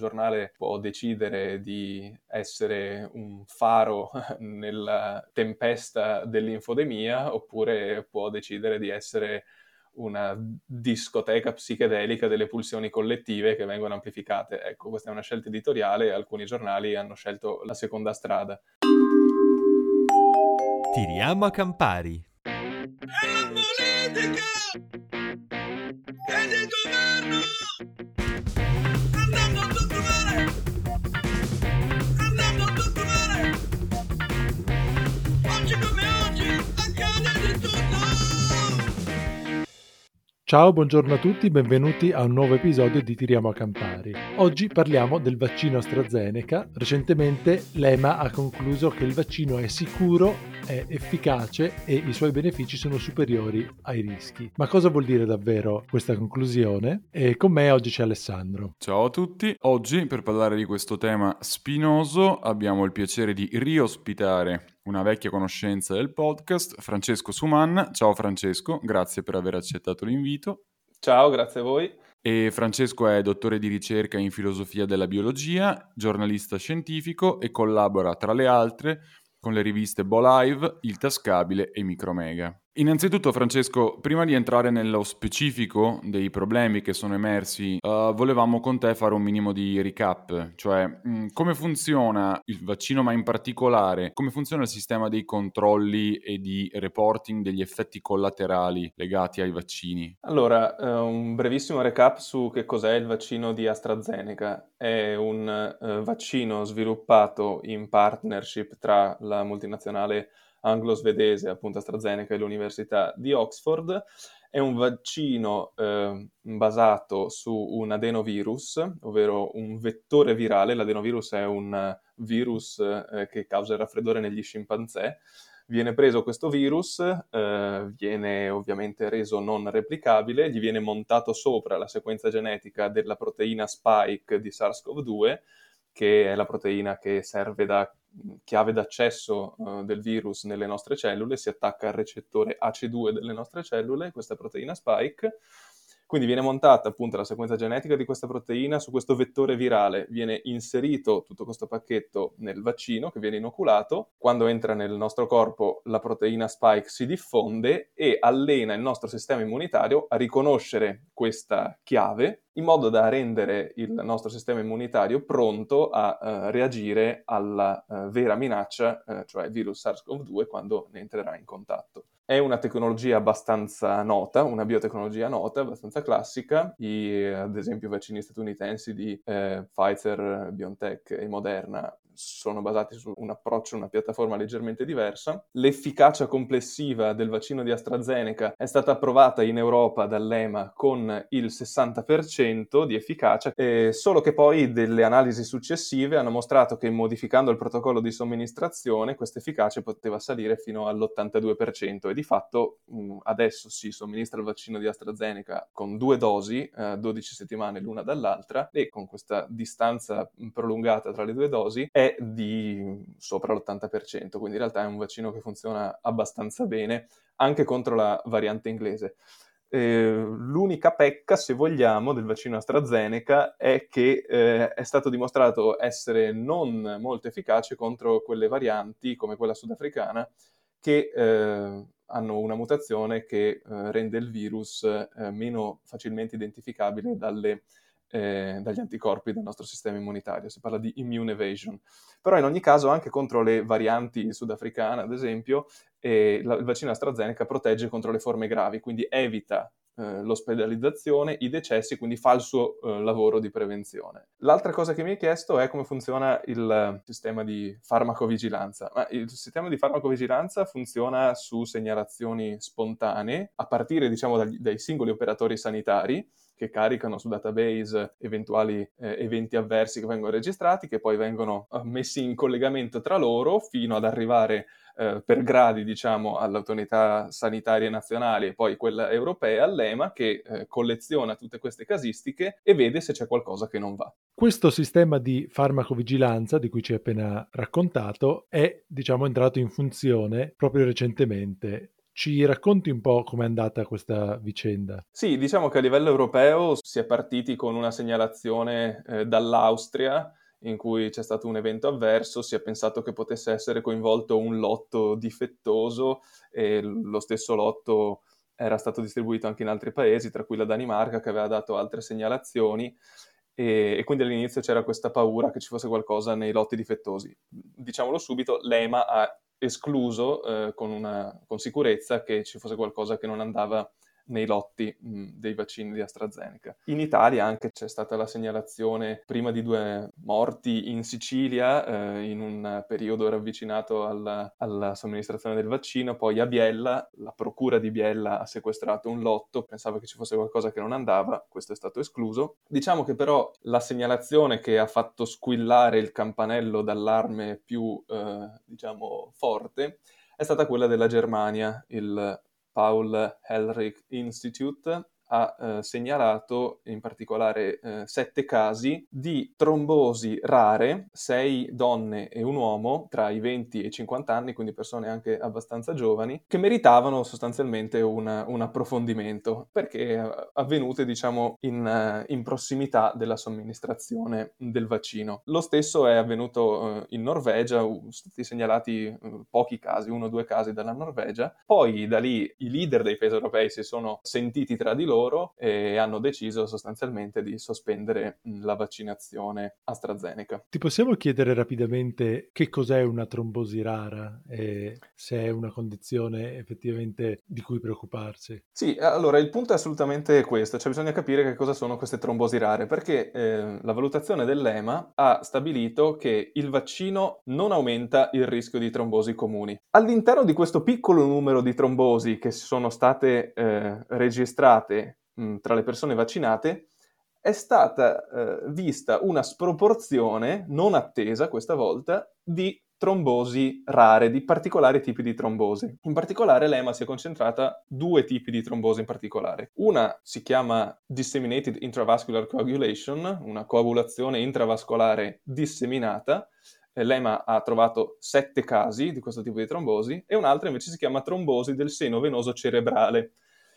giornale può decidere di essere un faro nella tempesta dell'infodemia, oppure può decidere di essere una discoteca psichedelica delle pulsioni collettive che vengono amplificate. Ecco, questa è una scelta editoriale e alcuni giornali hanno scelto la seconda strada. Tiriamo a Campari. È la politica! È il governo! Andando a tutto male! Andando a tutto male! Oggi come oggi accade di tutto! Ciao, buongiorno a tutti, benvenuti a un nuovo episodio di Tiriamo a Campari. Oggi parliamo del vaccino AstraZeneca. Recentemente l'EMA ha concluso che il vaccino è sicuro, è efficace e i suoi benefici sono superiori ai rischi. Ma cosa vuol dire davvero questa conclusione? E con me oggi c'è Alessandro. Ciao a tutti, oggi per parlare di questo tema spinoso abbiamo il piacere di riospitare una vecchia conoscenza del podcast, Francesco Suman. Ciao Francesco, grazie per aver accettato l'invito. Ciao, grazie a voi. E Francesco è dottore di ricerca in filosofia della biologia, giornalista scientifico e collabora tra le altre con le riviste BoLive, Il Tascabile e Micromega. Innanzitutto Francesco, prima di entrare nello specifico dei problemi che sono emersi, volevamo con te fare un minimo di recap, cioè come funziona il vaccino, ma in particolare come funziona il sistema dei controlli e di reporting degli effetti collaterali legati ai vaccini. Allora, un brevissimo recap su che cos'è il vaccino di AstraZeneca. È un vaccino sviluppato in partnership tra la multinazionale anglo-svedese, appunto AstraZeneca, e l'Università di Oxford. È un vaccino basato su un adenovirus, ovvero un vettore virale. L'adenovirus è un virus che causa il raffreddore negli scimpanzé. Viene preso questo virus, viene ovviamente reso non replicabile, gli viene montato sopra la sequenza genetica della proteina spike di SARS-CoV-2, che è la proteina che serve da chiave d'accesso del virus nelle nostre cellule, si attacca al recettore AC2 delle nostre cellule, questa proteina spike. Quindi viene montata appunto la sequenza genetica di questa proteina su questo vettore virale, viene inserito tutto questo pacchetto nel vaccino che viene inoculato. Quando entra nel nostro corpo la proteina spike si diffonde e allena il nostro sistema immunitario a riconoscere questa chiave in modo da rendere il nostro sistema immunitario pronto a reagire alla vera minaccia, cioè il virus SARS-CoV-2, quando ne entrerà in contatto. È una tecnologia abbastanza nota, una biotecnologia nota, abbastanza classica. Ad esempio, i vaccini statunitensi di Pfizer, BioNTech e Moderna sono basati su un approccio, una piattaforma leggermente diversa. L'efficacia complessiva del vaccino di AstraZeneca è stata approvata in Europa dall'EMA con il 60% di efficacia, solo che poi delle analisi successive hanno mostrato che modificando il protocollo di somministrazione questa efficacia poteva salire fino all'82% e di fatto adesso si somministra il vaccino di AstraZeneca con 2 dosi, 12 settimane l'una dall'altra, e con questa distanza prolungata tra le 2 dosi è di sopra l'80%, quindi in realtà è un vaccino che funziona abbastanza bene anche contro la variante inglese. L'unica pecca, se vogliamo, del vaccino AstraZeneca è che è stato dimostrato essere non molto efficace contro quelle varianti, come quella sudafricana, che hanno una mutazione che rende il virus meno facilmente identificabile dagli anticorpi del nostro sistema immunitario. Si parla di immune evasion. Però in ogni caso, anche contro le varianti sudafricane, ad esempio, il vaccino AstraZeneca protegge contro le forme gravi, quindi evita l'ospedalizzazione, i decessi, quindi fa il suo lavoro di prevenzione. L'altra cosa che mi hai chiesto è come funziona il sistema di farmacovigilanza. Ma il sistema di farmacovigilanza funziona su segnalazioni spontanee, a partire, diciamo, dai singoli operatori sanitari, che caricano su database eventuali eventi avversi che vengono registrati, che poi vengono messi in collegamento tra loro fino ad arrivare per gradi, diciamo, all'autorità sanitaria nazionale e poi quella europea, all'EMA, che colleziona tutte queste casistiche e vede se c'è qualcosa che non va. Questo sistema di farmacovigilanza di cui ci hai appena raccontato è, diciamo, entrato in funzione proprio recentemente. Ci racconti un po' com'è andata questa vicenda? Sì, diciamo che a livello europeo si è partiti con una segnalazione dall'Austria in cui c'è stato un evento avverso, si è pensato che potesse essere coinvolto un lotto difettoso e lo stesso lotto era stato distribuito anche in altri paesi, tra cui la Danimarca, che aveva dato altre segnalazioni e quindi all'inizio c'era questa paura che ci fosse qualcosa nei lotti difettosi. Diciamolo subito, l'EMA ha escluso con sicurezza che ci fosse qualcosa che non andava nei lotti dei vaccini di AstraZeneca. In Italia anche c'è stata la segnalazione prima di 2 morti in Sicilia in un periodo ravvicinato alla somministrazione del vaccino, poi a Biella, la procura di Biella ha sequestrato un lotto, pensava che ci fosse qualcosa che non andava, questo è stato escluso. Diciamo che però la segnalazione che ha fatto squillare il campanello d'allarme più, diciamo, forte è stata quella della Germania. Il Paul-Ehrlich Institute ha segnalato in particolare 7 casi di trombosi rare, 6 donne e un uomo tra i 20 e i 50 anni, quindi persone anche abbastanza giovani, che meritavano sostanzialmente un approfondimento, perché avvenute, diciamo, in prossimità della somministrazione del vaccino. Lo stesso è avvenuto in Norvegia, sono stati segnalati pochi casi, 1 o 2 casi dalla Norvegia. Poi da lì i leader dei paesi europei si sono sentiti tra di loro e hanno deciso sostanzialmente di sospendere la vaccinazione AstraZeneca. Ti possiamo chiedere rapidamente che cos'è una trombosi rara e se è una condizione effettivamente di cui preoccuparsi? Sì, allora il punto è assolutamente questo, cioè bisogna capire che cosa sono queste trombosi rare, perché la valutazione dell'EMA ha stabilito che il vaccino non aumenta il rischio di trombosi comuni. All'interno di questo piccolo numero di trombosi che sono state registrate tra le persone vaccinate, è stata vista una sproporzione non attesa questa volta di trombosi rare, di particolari tipi di trombosi. In particolare l'EMA si è concentrata 2 tipi di trombosi in particolare. Una si chiama Disseminated Intravascular Coagulation, una coagulazione intravascolare disseminata. L'EMA ha trovato 7 casi di questo tipo di trombosi e un'altra invece si chiama trombosi del seno venoso cerebrale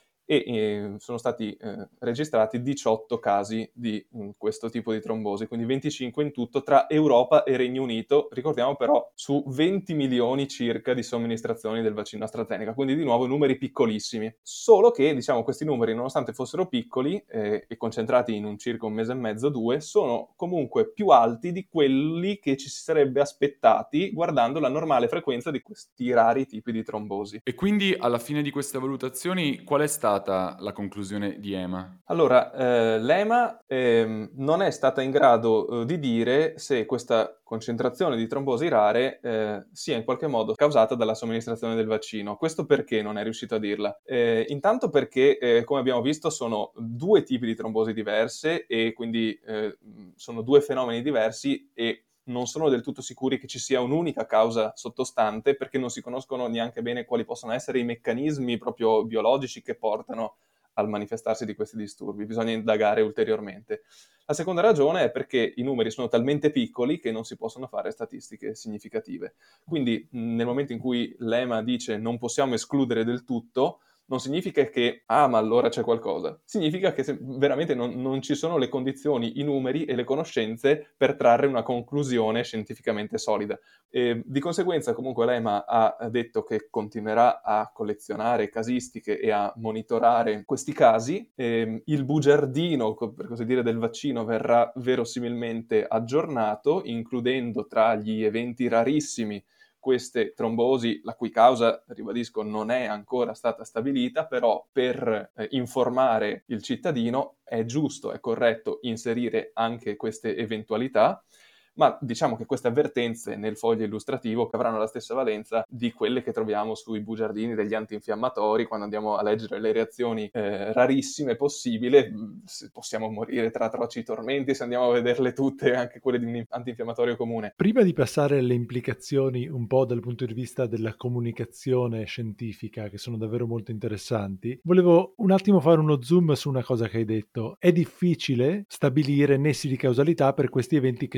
e sono stati registrati 18 casi di questo tipo di trombosi, quindi 25 in tutto tra Europa e Regno Unito, ricordiamo però su 20 milioni circa di somministrazioni del vaccino AstraZeneca, quindi di nuovo numeri piccolissimi. Solo che, diciamo, questi numeri, nonostante fossero piccoli e concentrati in un circa 1 mese e mezzo, 2, sono comunque più alti di quelli che ci si sarebbe aspettati guardando la normale frequenza di questi rari tipi di trombosi. E quindi alla fine di queste valutazioni qual è stata la conclusione di EMA? Allora, l'EMA non è stata in grado di dire se questa concentrazione di trombosi rare sia in qualche modo causata dalla somministrazione del vaccino. Questo perché non è riuscito a dirla? Intanto perché, come abbiamo visto, sono 2 tipi di trombosi diverse e quindi sono 2 fenomeni diversi e non sono del tutto sicuri che ci sia un'unica causa sottostante perché non si conoscono neanche bene quali possono essere i meccanismi proprio biologici che portano al manifestarsi di questi disturbi. Bisogna indagare ulteriormente. La seconda ragione è perché i numeri sono talmente piccoli che non si possono fare statistiche significative. Quindi nel momento in cui l'EMA dice non possiamo escludere del tutto, non significa che, ma allora c'è qualcosa. Significa che veramente non ci sono le condizioni, i numeri e le conoscenze per trarre una conclusione scientificamente solida. Di conseguenza, comunque, l'EMA ha detto che continuerà a collezionare casistiche e a monitorare questi casi. Il bugiardino, per così dire, del vaccino verrà verosimilmente aggiornato, includendo tra gli eventi rarissimi queste trombosi, la cui causa, ribadisco, non è ancora stata stabilita, però per informare il cittadino è giusto, è corretto inserire anche queste eventualità, ma diciamo che queste avvertenze nel foglio illustrativo avranno la stessa valenza di quelle che troviamo sui bugiardini degli antinfiammatori, quando andiamo a leggere le reazioni rarissime possibili, possiamo morire tra atroci tormenti se andiamo a vederle tutte, anche quelle di un antinfiammatorio comune. Prima di passare alle implicazioni un po' dal punto di vista della comunicazione scientifica, che sono davvero molto interessanti, volevo un attimo fare uno zoom su una cosa che hai detto. È difficile stabilire nessi di causalità per questi eventi che sono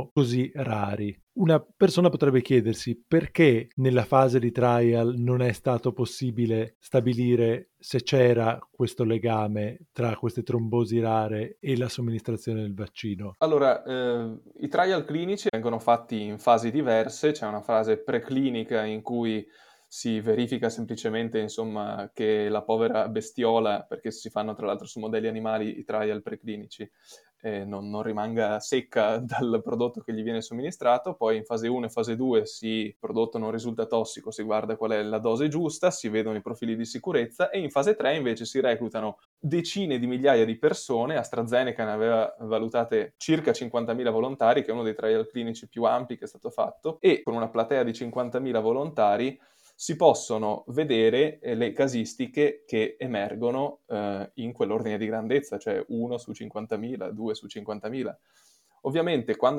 sono così rari. Una persona potrebbe chiedersi perché nella fase di trial non è stato possibile stabilire se c'era questo legame tra queste trombosi rare e la somministrazione del vaccino. Allora, i trial clinici vengono fatti in fasi diverse, c'è una fase preclinica in cui si verifica semplicemente, insomma, che la povera bestiola, perché si fanno tra l'altro su modelli animali i trial preclinici, non rimanga secca dal prodotto che gli viene somministrato. Poi in fase 1 e fase 2 il prodotto non risulta tossico, si guarda qual è la dose giusta, si vedono i profili di sicurezza, e in fase 3 invece si reclutano decine di migliaia di persone. AstraZeneca ne aveva valutate circa 50.000 volontari, che è uno dei trial clinici più ampi che è stato fatto, e con una platea di 50.000 volontari si possono vedere le casistiche che emergono in quell'ordine di grandezza, cioè 1 su 50.000, 2 su 50.000. Ovviamente quando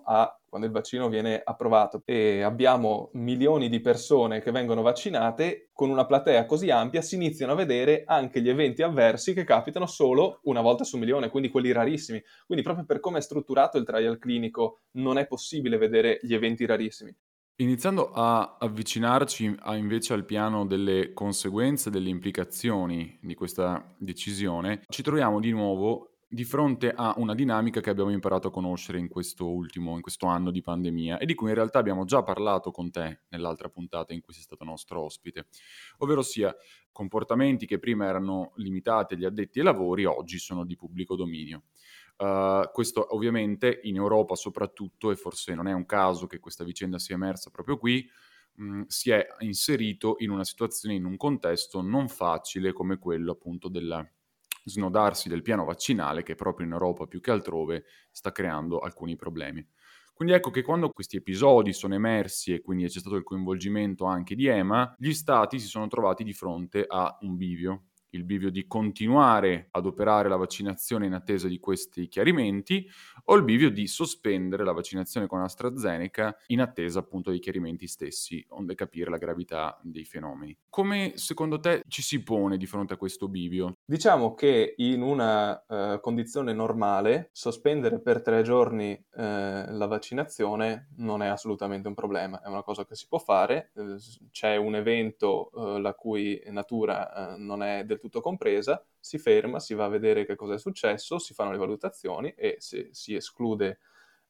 il vaccino viene approvato e abbiamo milioni di persone che vengono vaccinate, con una platea così ampia si iniziano a vedere anche gli eventi avversi che capitano solo una volta su 1.000.000, quindi quelli rarissimi. Quindi proprio per come è strutturato il trial clinico non è possibile vedere gli eventi rarissimi. Iniziando a avvicinarci invece al piano delle conseguenze, delle implicazioni di questa decisione, ci troviamo di nuovo di fronte a una dinamica che abbiamo imparato a conoscere in questo anno di pandemia e di cui in realtà abbiamo già parlato con te nell'altra puntata in cui sei stato nostro ospite, ovvero sia comportamenti che prima erano limitati agli addetti ai lavori, oggi sono di pubblico dominio. Questo ovviamente in Europa soprattutto, e forse non è un caso che questa vicenda sia emersa proprio qui, si è inserito in una situazione, in un contesto non facile come quello appunto del snodarsi del piano vaccinale che proprio in Europa più che altrove sta creando alcuni problemi. Quindi ecco che quando questi episodi sono emersi e quindi c'è stato il coinvolgimento anche di EMA, gli stati si sono trovati di fronte a un bivio. Il bivio di continuare ad operare la vaccinazione in attesa di questi chiarimenti o il bivio di sospendere la vaccinazione con AstraZeneca in attesa appunto dei chiarimenti stessi, onde capire la gravità dei fenomeni. Come secondo te ci si pone di fronte a questo bivio? Diciamo che in una condizione normale sospendere per 3 giorni la vaccinazione non è assolutamente un problema, è una cosa che si può fare. C'è un evento la cui natura non è del tutto compresa, si ferma, si va a vedere che cosa è successo, si fanno le valutazioni e se si esclude,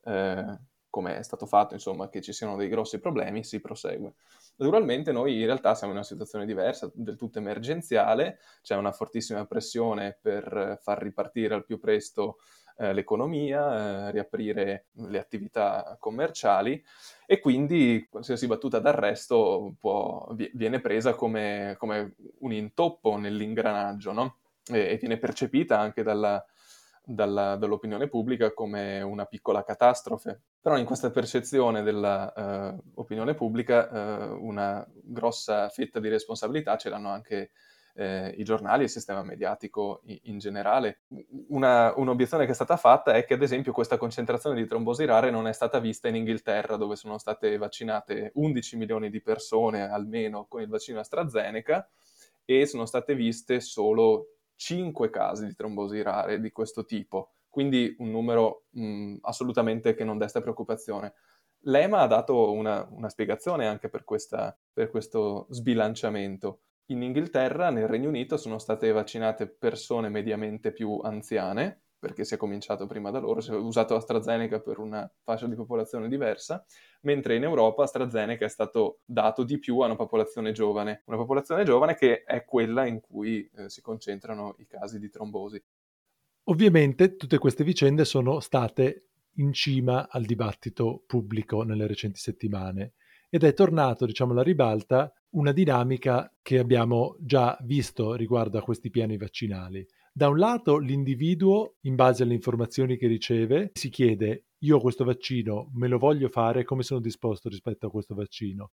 come è stato fatto, insomma, che ci siano dei grossi problemi, si prosegue. Naturalmente noi in realtà siamo in una situazione diversa, del tutto emergenziale, c'è una fortissima pressione per far ripartire al più presto l'economia, riaprire le attività commerciali, e quindi qualsiasi battuta d'arresto viene presa come un intoppo nell'ingranaggio, no? E viene percepita anche dall'opinione pubblica come una piccola catastrofe. Però in questa percezione della opinione pubblica una grossa fetta di responsabilità ce l'hanno anche i giornali e il sistema mediatico in generale. Un'obiezione che è stata fatta è che, ad esempio, questa concentrazione di trombosi rare non è stata vista in Inghilterra, dove sono state vaccinate 11 milioni di persone almeno con il vaccino AstraZeneca e sono state viste solo 5 casi di trombosi rare di questo tipo. Quindi un numero assolutamente che non desta preoccupazione. L'EMA ha dato una spiegazione anche per questo sbilanciamento. In Inghilterra, nel Regno Unito, sono state vaccinate persone mediamente più anziane, perché si è cominciato prima da loro, si è usato AstraZeneca per una fascia di popolazione diversa, mentre in Europa AstraZeneca è stato dato di più a una popolazione giovane che è quella in cui si concentrano i casi di trombosi. Ovviamente tutte queste vicende sono state in cima al dibattito pubblico nelle recenti settimane ed è tornato, diciamo, alla ribalta una dinamica che abbiamo già visto riguardo a questi piani vaccinali. Da un lato l'individuo, in base alle informazioni che riceve, si chiede: io questo vaccino me lo voglio fare, come sono disposto rispetto a questo vaccino?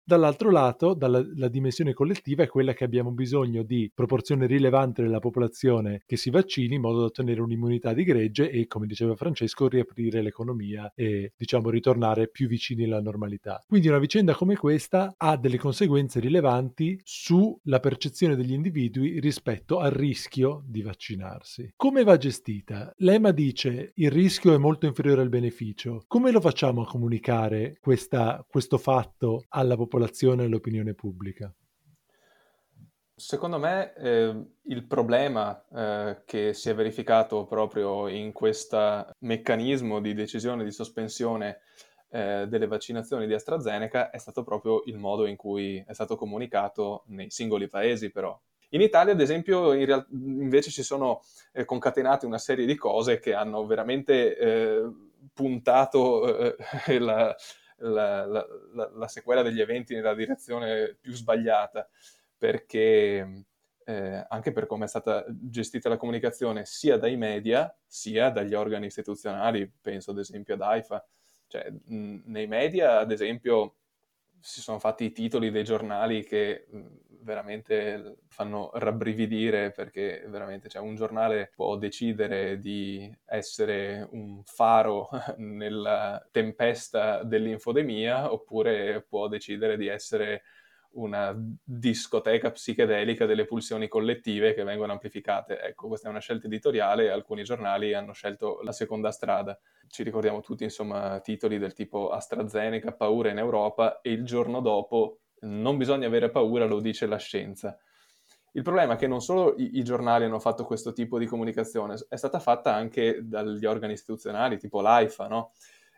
Dall'altro lato, la dimensione collettiva è quella che abbiamo bisogno di proporzione rilevante della popolazione che si vaccini in modo da ottenere un'immunità di gregge e, come diceva Francesco, riaprire l'economia e, diciamo, ritornare più vicini alla normalità. Quindi una vicenda come questa ha delle conseguenze rilevanti sulla percezione degli individui rispetto al rischio di vaccinarsi. Come va gestita? L'EMA dice il rischio è molto inferiore al beneficio. Come lo facciamo a comunicare questo fatto alla popolazione e all'opinione pubblica? Secondo me il problema che si è verificato proprio in questo meccanismo di decisione di sospensione delle vaccinazioni di AstraZeneca è stato proprio il modo in cui è stato comunicato nei singoli paesi, però. In Italia, ad esempio, invece si sono concatenate una serie di cose che hanno veramente puntato la sequela degli eventi nella direzione più sbagliata, perché anche per come è stata gestita la comunicazione sia dai media sia dagli organi istituzionali, penso ad esempio ad AIFA. Cioè, nei media, ad esempio, si sono fatti i titoli dei giornali che veramente fanno rabbrividire, perché veramente, cioè, un giornale può decidere di essere un faro nella tempesta dell'infodemia, oppure può decidere di essere una discoteca psichedelica delle pulsioni collettive che vengono amplificate. Ecco, questa è una scelta editoriale e alcuni giornali hanno scelto la seconda strada. Ci ricordiamo tutti, insomma, titoli del tipo AstraZeneca, paura in Europa, e il giorno dopo non bisogna avere paura, lo dice la scienza. Il problema è che non solo i giornali hanno fatto questo tipo di comunicazione, è stata fatta anche dagli organi istituzionali, tipo l'AIFA, no?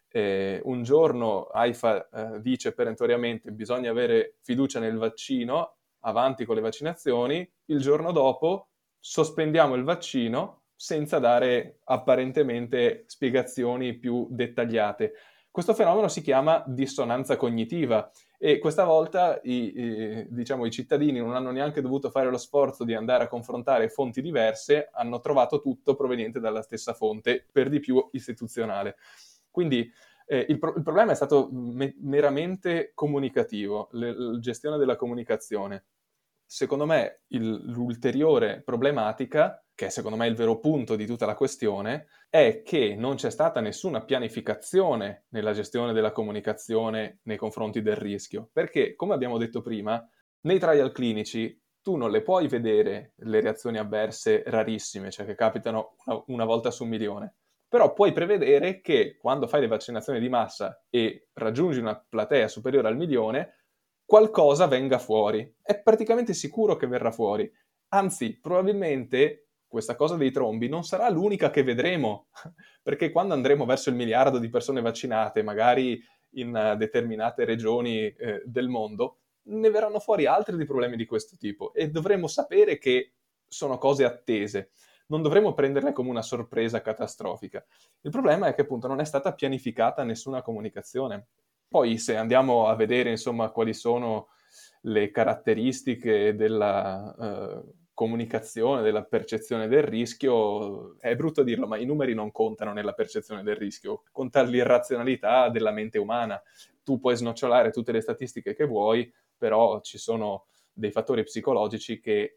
Un giorno AIFA dice perentoriamente bisogna avere fiducia nel vaccino, avanti con le vaccinazioni, il giorno dopo sospendiamo il vaccino senza dare apparentemente spiegazioni più dettagliate. Questo fenomeno si chiama dissonanza cognitiva e questa volta diciamo, i cittadini non hanno neanche dovuto fare lo sforzo di andare a confrontare fonti diverse, hanno trovato tutto proveniente dalla stessa fonte, per di più istituzionale. Quindi il problema è stato meramente comunicativo, la gestione della comunicazione. Secondo me l'ulteriore problematica, che è secondo me il vero punto di tutta la questione, è che non c'è stata nessuna pianificazione nella gestione della comunicazione nei confronti del rischio, perché, come abbiamo detto prima, nei trial clinici tu non le puoi vedere le reazioni avverse rarissime, cioè che capitano una volta su 1.000.000. Però puoi prevedere che quando fai le vaccinazioni di massa e raggiungi una platea superiore al 1.000.000, qualcosa venga fuori. È praticamente sicuro che verrà fuori. Anzi, probabilmente questa cosa dei trombi non sarà l'unica che vedremo, perché quando andremo verso il 1.000.000.000 di persone vaccinate, magari in determinate regioni del mondo, ne verranno fuori altri di problemi di questo tipo e dovremo sapere che sono cose attese. Non dovremmo prenderle come una sorpresa catastrofica. Il problema è che appunto non è stata pianificata nessuna comunicazione. Poi se andiamo a vedere insomma quali sono le caratteristiche della comunicazione, della percezione del rischio, è brutto dirlo, ma i numeri non contano nella percezione del rischio, conta l'irrazionalità della mente umana. Tu puoi snocciolare tutte le statistiche che vuoi, però ci sono dei fattori psicologici che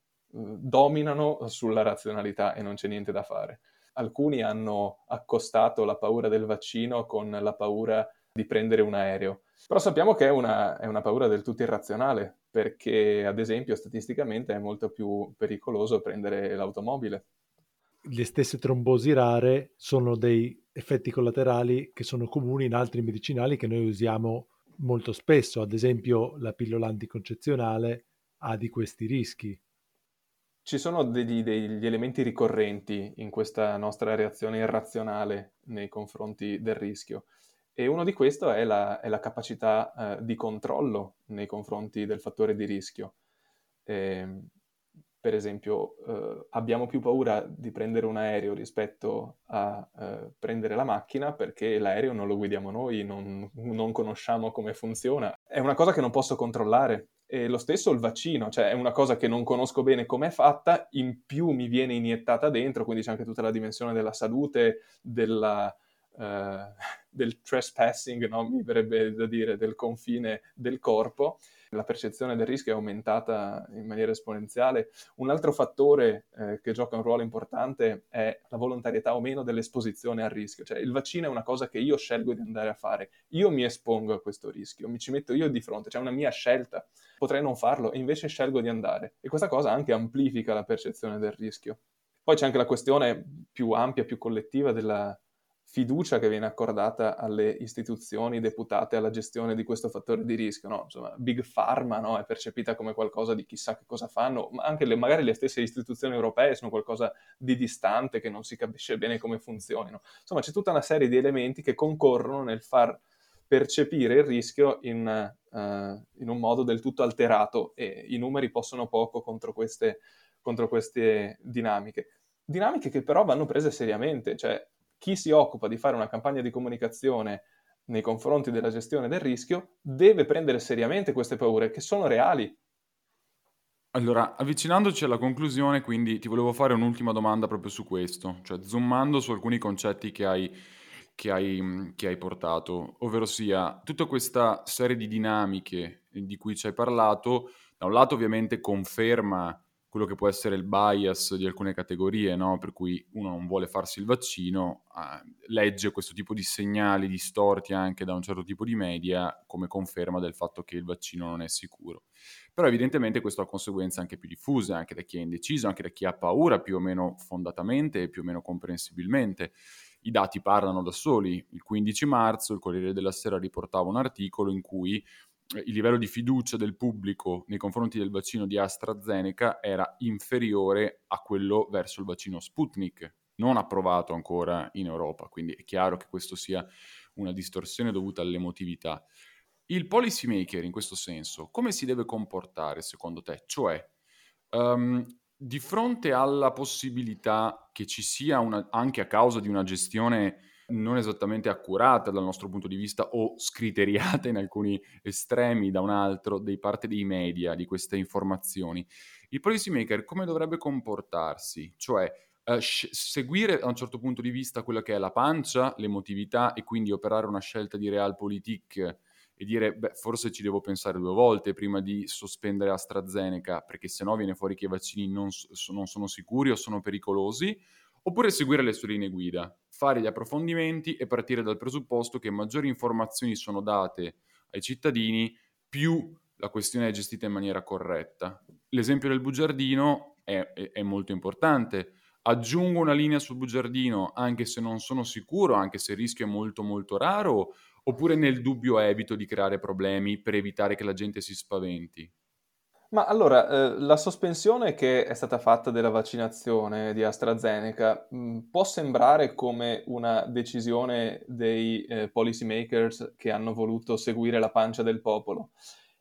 dominano sulla razionalità e non c'è niente da fare. Alcuni hanno accostato la paura del vaccino con la paura di prendere un aereo. Però sappiamo che è una paura del tutto irrazionale, perché ad esempio statisticamente è molto più pericoloso prendere l'automobile. Le stesse trombosi rare sono dei effetti collaterali che sono comuni in altri medicinali che noi usiamo molto spesso, ad esempio la pillola anticoncezionale ha di questi rischi. Ci sono degli elementi ricorrenti in questa nostra reazione irrazionale nei confronti del rischio. E uno di questi è la capacità di controllo nei confronti del fattore di rischio. Per esempio, abbiamo più paura di prendere un aereo rispetto a prendere la macchina perché l'aereo non lo guidiamo noi, non conosciamo come funziona. È una cosa che non posso controllare. E lo stesso il vaccino, cioè è una cosa che non conosco bene come è fatta, in più mi viene iniettata dentro, quindi c'è anche tutta la dimensione della salute, del trespassing, no? Mi verrebbe da dire, del confine del corpo. La percezione del rischio è aumentata in maniera esponenziale. Un altro fattore che gioca un ruolo importante è la volontarietà o meno dell'esposizione al rischio. Cioè il vaccino è una cosa che io scelgo di andare a fare, io mi espongo a questo rischio, mi ci metto io di fronte, c'è una mia scelta. Potrei non farlo e invece scelgo di andare. E questa cosa anche amplifica la percezione del rischio. Poi c'è anche la questione più ampia, più collettiva della fiducia che viene accordata alle istituzioni deputate alla gestione di questo fattore di rischio, no? Insomma, Big Pharma, no? È percepita come qualcosa di chissà che cosa fanno, ma anche magari le stesse istituzioni europee sono qualcosa di distante, che non si capisce bene come funzionino. Insomma, c'è tutta una serie di elementi che concorrono nel far percepire il rischio in un modo del tutto alterato, e i numeri possono poco contro queste dinamiche. Dinamiche che però vanno prese seriamente, cioè chi si occupa di fare una campagna di comunicazione nei confronti della gestione del rischio deve prendere seriamente queste paure, che sono reali. Allora, avvicinandoci alla conclusione, quindi ti volevo fare un'ultima domanda proprio su questo, cioè zoomando su alcuni concetti che hai portato, ovvero sia tutta questa serie di dinamiche di cui ci hai parlato, da un lato ovviamente conferma quello che può essere il bias di alcune categorie, no? Per cui uno non vuole farsi il vaccino, legge questo tipo di segnali distorti anche da un certo tipo di media come conferma del fatto che il vaccino non è sicuro. Però evidentemente questo ha conseguenze anche più diffuse, anche da chi è indeciso, anche da chi ha paura più o meno fondatamente e più o meno comprensibilmente. I dati parlano da soli. Il 15 marzo il Corriere della Sera riportava un articolo in cui il livello di fiducia del pubblico nei confronti del vaccino di AstraZeneca era inferiore a quello verso il vaccino Sputnik, non approvato ancora in Europa, quindi è chiaro che questo sia una distorsione dovuta all'emotività. Il policy maker in questo senso come si deve comportare secondo te? Cioè, di fronte alla possibilità che ci sia anche a causa di una gestione non esattamente accurata dal nostro punto di vista o scriteriata in alcuni estremi da un altro, di parte dei media, di queste informazioni, il policy maker come dovrebbe comportarsi? Cioè, seguire da un certo punto di vista quella che è la pancia, l'emotività e quindi operare una scelta di realpolitik e dire, beh, forse ci devo pensare 2 volte prima di sospendere AstraZeneca, perché sennò viene fuori che i vaccini non sono sicuri o sono pericolosi, oppure seguire le sue linee guida, fare gli approfondimenti e partire dal presupposto che maggiori informazioni sono date ai cittadini, più la questione è gestita in maniera corretta. L'esempio del bugiardino è molto importante. Aggiungo una linea sul bugiardino anche se non sono sicuro, anche se il rischio è molto molto raro, oppure nel dubbio evito di creare problemi per evitare che la gente si spaventi? Ma allora, la sospensione che è stata fatta della vaccinazione di AstraZeneca può sembrare come una decisione dei policy makers che hanno voluto seguire la pancia del popolo,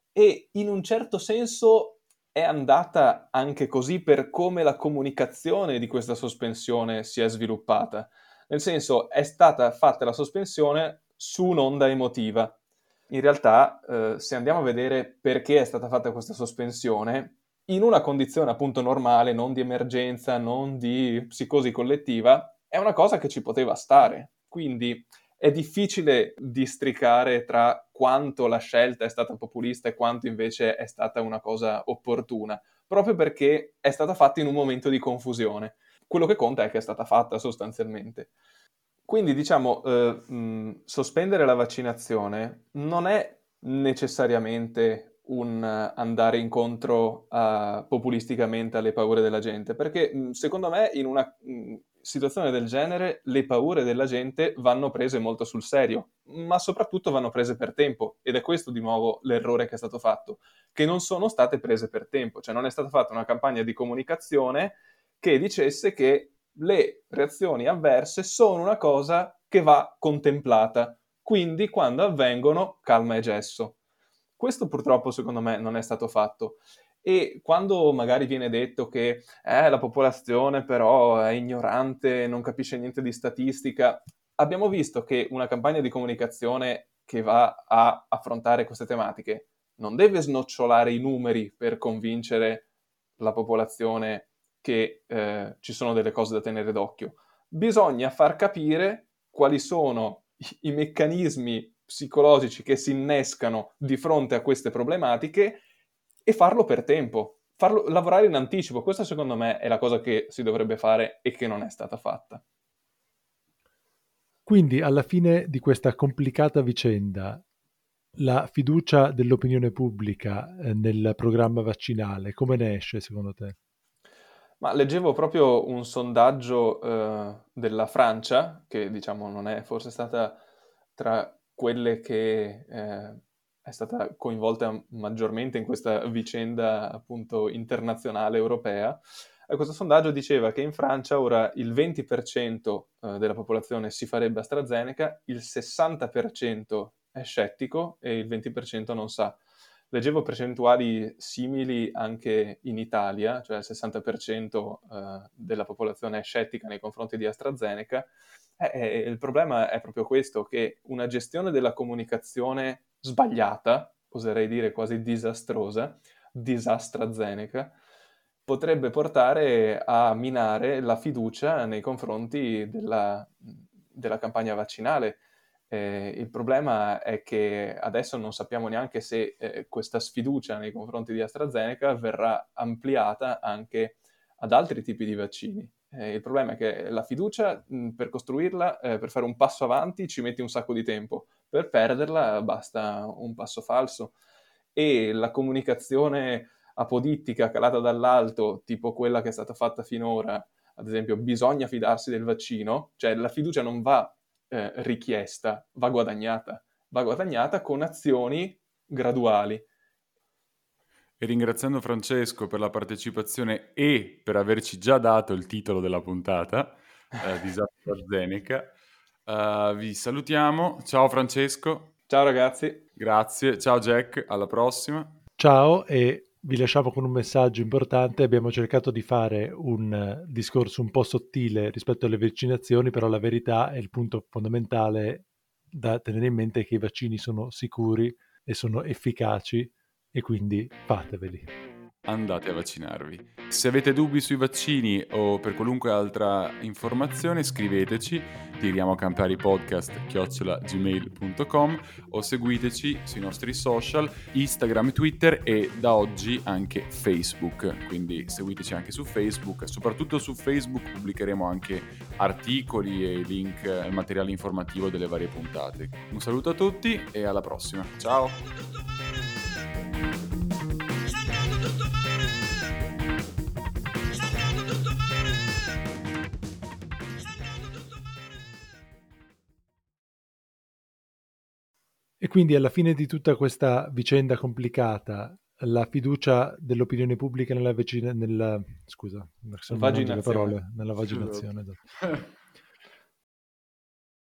e in un certo senso è andata anche così per come la comunicazione di questa sospensione si è sviluppata. Nel senso, è stata fatta la sospensione su un'onda emotiva. In realtà, se andiamo a vedere perché è stata fatta questa sospensione, in una condizione appunto normale, non di emergenza, non di psicosi collettiva, è una cosa che ci poteva stare. Quindi è difficile districare tra quanto la scelta è stata populista e quanto invece è stata una cosa opportuna, proprio perché è stata fatta in un momento di confusione. Quello che conta è che è stata fatta sostanzialmente. Quindi diciamo, sospendere la vaccinazione non è necessariamente un andare incontro populisticamente alle paure della gente, perché secondo me in una situazione del genere le paure della gente vanno prese molto sul serio, ma soprattutto vanno prese per tempo, ed è questo di nuovo l'errore che è stato fatto, che non sono state prese per tempo, cioè non è stata fatta una campagna di comunicazione che dicesse che le reazioni avverse sono una cosa che va contemplata, quindi quando avvengono calma e gesso. Questo purtroppo secondo me non è stato fatto, e quando magari viene detto che la popolazione però è ignorante, non capisce niente di statistica, abbiamo visto che una campagna di comunicazione che va a affrontare queste tematiche non deve snocciolare i numeri per convincere la popolazione che ci sono delle cose da tenere d'occhio. Bisogna far capire quali sono i meccanismi psicologici che si innescano di fronte a queste problematiche e farlo per tempo, farlo lavorare in anticipo. Questa secondo me è la cosa che si dovrebbe fare e che non è stata fatta. Quindi alla fine di questa complicata vicenda, la fiducia dell'opinione pubblica nel programma vaccinale, come ne esce secondo te? Ma leggevo proprio un sondaggio della Francia, che diciamo non è forse stata tra quelle che è stata coinvolta maggiormente in questa vicenda appunto internazionale europea. E questo sondaggio diceva che in Francia ora il 20% della popolazione si farebbe AstraZeneca, il 60% è scettico e il 20% non sa. Leggevo percentuali simili anche in Italia, cioè il 60% della popolazione è scettica nei confronti di AstraZeneca. Il problema è proprio questo, che una gestione della comunicazione sbagliata, oserei dire quasi disastrosa, AstraZeneca, potrebbe portare a minare la fiducia nei confronti della campagna vaccinale. Il problema è che adesso non sappiamo neanche se questa sfiducia nei confronti di AstraZeneca verrà ampliata anche ad altri tipi di vaccini. Il problema è che la fiducia, per costruirla, per fare un passo avanti ci metti un sacco di tempo, per perderla basta un passo falso. E la comunicazione apodittica calata dall'alto, tipo quella che è stata fatta finora, ad esempio, bisogna fidarsi del vaccino, cioè la fiducia non va richiesta, va guadagnata con azioni graduali. E ringraziando Francesco per la partecipazione e per averci già dato il titolo della puntata di AstraZeneca, vi salutiamo. Ciao Francesco. Ciao ragazzi. Grazie. Ciao Jack, alla prossima. Ciao, e vi lasciamo con un messaggio importante. Abbiamo cercato di fare un discorso un po' sottile rispetto alle vaccinazioni, però la verità è il punto fondamentale da tenere in mente, è che i vaccini sono sicuri e sono efficaci e quindi fateveli. Andate a vaccinarvi. Se avete dubbi sui vaccini o per qualunque altra informazione, scriveteci tiriamoacamparipodcast@gmail.com o seguiteci sui nostri social Instagram, Twitter e da oggi anche Facebook. Quindi seguiteci anche su Facebook. Soprattutto su Facebook pubblicheremo anche articoli e link e materiale informativo delle varie puntate. Un saluto a tutti e alla prossima. Ciao! E quindi alla fine di tutta questa vicenda complicata, la fiducia dell'opinione pubblica nella scusa, sono venute le Vaginazione. parole, nella vaginazione.